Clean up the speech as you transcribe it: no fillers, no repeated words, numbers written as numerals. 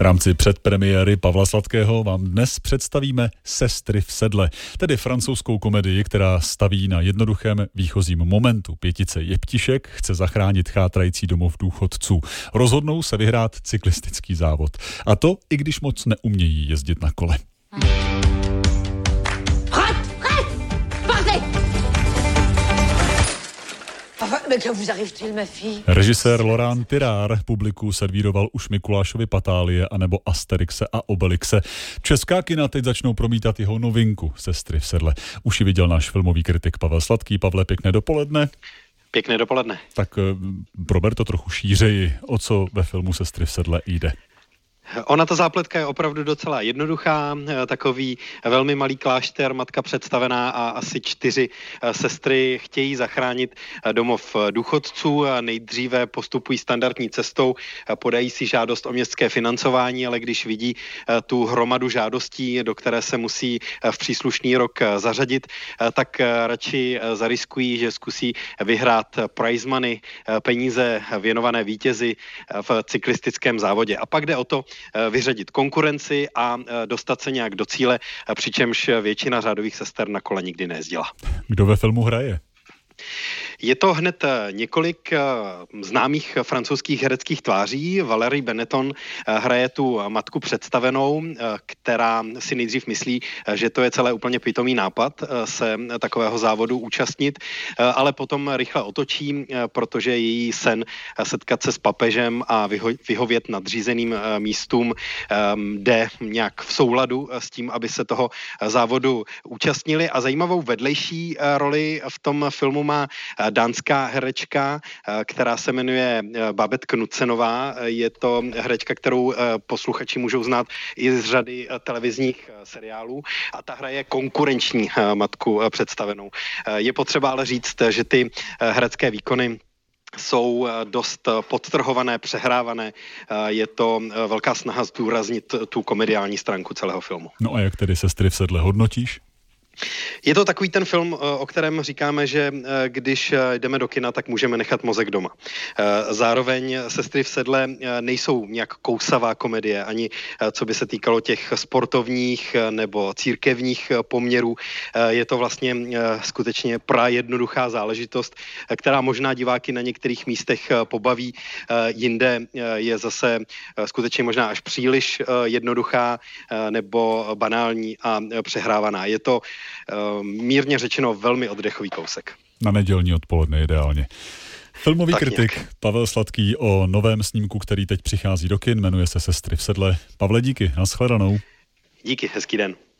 rámci předpremiéry Pavla Sladkého vám dnes představíme Sestry v sedle, tedy francouzskou komedii, která staví na jednoduchém výchozím momentu. Pětice jeptišek chce zachránit chátrající domov důchodců. Rozhodnou se vyhrát cyklistický závod. A to, i když moc neumějí jezdit na kole. Režisér Laurent Tirard publiku servíroval už Mikulášovy patálie anebo Asterixe a Obelixe. Česká kina teď začnou promítat jeho novinku Sestry v sedle. Už ji viděl náš filmový kritik Pavel Sladký. Pavle, pěkné dopoledne. Pěkné dopoledne. Tak prober to trochu šířeji, o co ve filmu Sestry v sedle jde. Ona ta zápletka je opravdu docela jednoduchá, takový velmi malý klášter, matka představená a asi 4 sestry chtějí zachránit domov důchodců. Nejdříve postupují standardní cestou, podají si žádost o městské financování, ale když vidí tu hromadu žádostí, do které se musí v příslušný rok zařadit, tak radši zariskují, že zkusí vyhrát prize money, peníze věnované vítězi v cyklistickém závodě. A pak jde o to, vyřadit konkurenci a dostat se nějak do cíle, přičemž většina řádových sester na kole nikdy nejezdila. Kdo ve filmu hraje? Je to hned několik známých francouzských hereckých tváří. Valérie Benetton hraje tu matku představenou, která si nejdřív myslí, že to je celé úplně pitomý nápad se takového závodu účastnit, ale potom rychle otočí, protože její sen setkat se s papežem a vyhovět nadřízeným místům jde nějak v souladu s tím, aby se toho závodu účastnili. A zajímavou vedlejší roli v tom filmu má dánská herečka, která se jmenuje Babette Knudsenová. Je to herečka, kterou posluchači můžou znát i z řady televizních seriálů a ta hraje konkurenční matku představenou. Je potřeba ale říct, že ty herecké výkony jsou dost podtrhované, přehrávané. Je to velká snaha zdůraznit tu komediální stránku celého filmu. No a jak tedy Sestry v sedle hodnotíš? Je to takový ten film, o kterém říkáme, že když jdeme do kina, tak můžeme nechat mozek doma. Zároveň Sestry v sedle nejsou nějak kousavá komedie, ani co by se týkalo těch sportovních nebo církevních poměrů. Je to vlastně skutečně jednoduchá záležitost, která možná diváky na některých místech pobaví. Jinde je zase skutečně možná až příliš jednoduchá nebo banální a přehrávaná. Je to mírně řečeno velmi oddechový kousek. Na nedělní odpoledne ideálně. Filmový kritik nějak. Pavel Sladký o novém snímku, který teď přichází do kin, jmenuje se Sestry v sedle. Pavle, díky, nashledanou. Díky, hezký den.